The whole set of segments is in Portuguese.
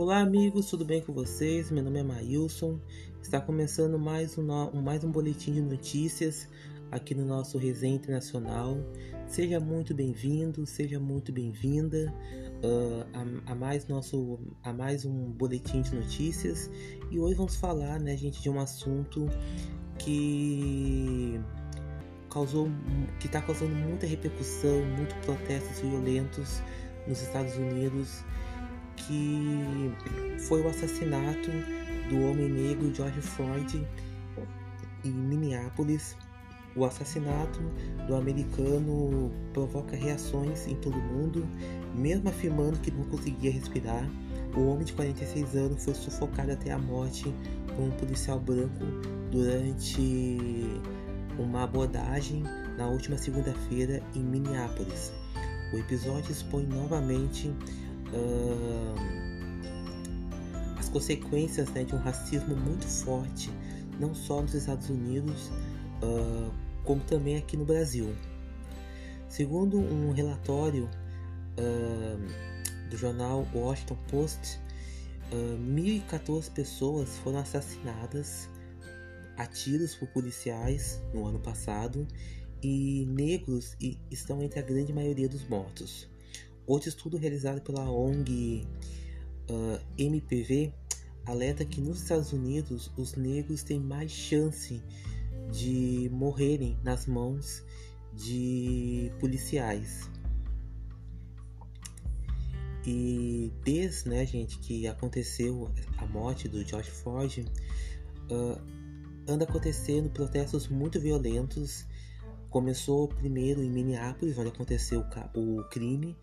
Olá amigos, tudo bem com vocês? Meu nome é Maílson. Está começando mais um boletim de notícias aqui no nosso Resenha Internacional. Seja muito bem-vindo, seja muito bem-vinda a mais um boletim de notícias. E hoje vamos falar, né, gente, de um assunto que está causando muita repercussão, muitos protestos violentos nos Estados Unidos, que foi o assassinato do homem negro George Floyd em Minneapolis. O assassinato do americano provoca reações em todo o mundo, mesmo afirmando que não conseguia respirar. O homem de 46 anos foi sufocado até a morte por um policial branco durante uma abordagem na última segunda-feira em Minneapolis. O episódio expõe novamente as consequências, né, de um racismo muito forte, não só nos Estados Unidos, como também aqui no Brasil. Segundo um relatório do jornal Washington Post, 1.014 pessoas foram assassinadas a tiros por policiais no ano passado, e negros estão entre a grande maioria dos mortos. Outro estudo realizado pela ONG MPV alerta que nos Estados Unidos os negros têm mais chance de morrerem nas mãos de policiais. E desde, né, gente, que aconteceu a morte do George Floyd, anda acontecendo protestos muito violentos. Começou primeiro em Minneapolis, onde aconteceu o crime,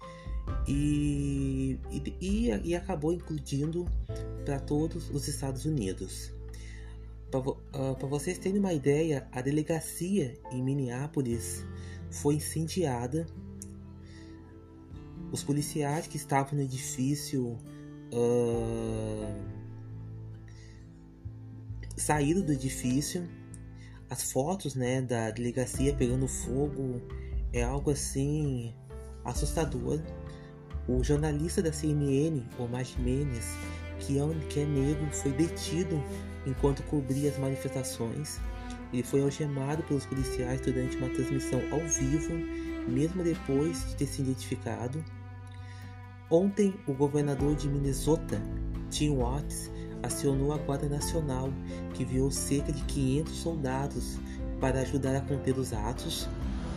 e acabou incluindo para todos os Estados Unidos. Para vocês terem uma ideia, a delegacia em Minneapolis foi incendiada. Os policiais que estavam no edifício saíram do edifício. As fotos, né, da delegacia pegando fogo é algo assim assustador. O jornalista da CNN, Omar Jimenez, que é negro, foi detido enquanto cobria as manifestações. Ele foi algemado pelos policiais durante uma transmissão ao vivo, mesmo depois de ter se identificado. Ontem, o governador de Minnesota, Tim Walz, acionou a Guarda Nacional, que enviou cerca de 500 soldados para ajudar a conter os atos.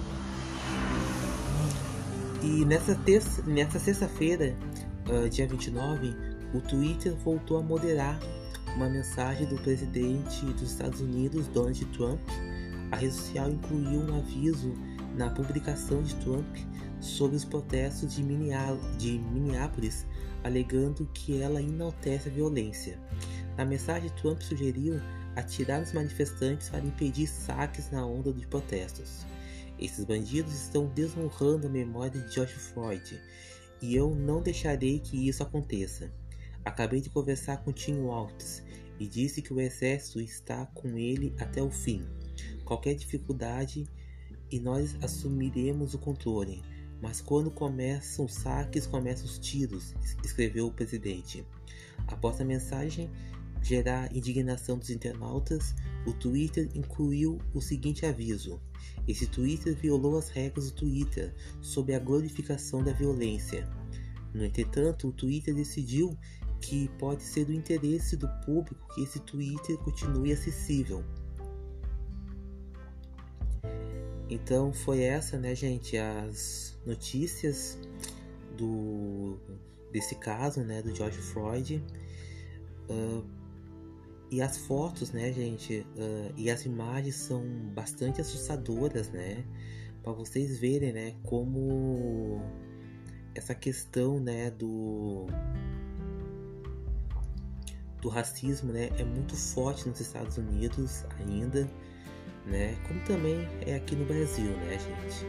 E nessa sexta-feira, dia 29, o Twitter voltou a moderar uma mensagem do presidente dos Estados Unidos, Donald Trump. A rede social incluiu um aviso na publicação de Trump sobre os protestos de Minneapolis, alegando que ela enaltece a violência. Na mensagem, Trump sugeriu atirar nos manifestantes para impedir saques na onda de protestos. Esses bandidos estão desonrando a memória de George Floyd, e eu não deixarei que isso aconteça. Acabei de conversar com Tim Walz e disse que o exército está com ele até o fim. Qualquer dificuldade e nós assumiremos o controle. Mas quando começam os saques, começam os tiros, escreveu o presidente. Após a mensagem gerar indignação dos internautas, o Twitter incluiu o seguinte aviso: esse Twitter violou as regras do Twitter sobre a glorificação da violência. No entretanto, o Twitter decidiu que pode ser do interesse do público que esse Twitter continue acessível. Então foi essa, né, gente, as notícias desse caso, né, do George Floyd. E as fotos, né, gente, e as imagens são bastante assustadoras, né, para vocês verem, né, como essa questão, né, do racismo, né, é muito forte nos Estados Unidos ainda, né, como também é aqui no Brasil, né, gente.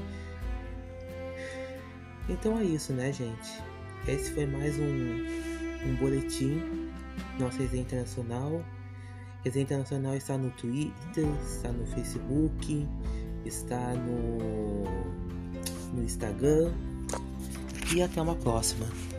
Então é isso, né, gente. Esse foi mais um boletim nossa Resenha Internacional. Resenha Internacional está no Twitter, está no Facebook, está no Instagram. E até uma próxima.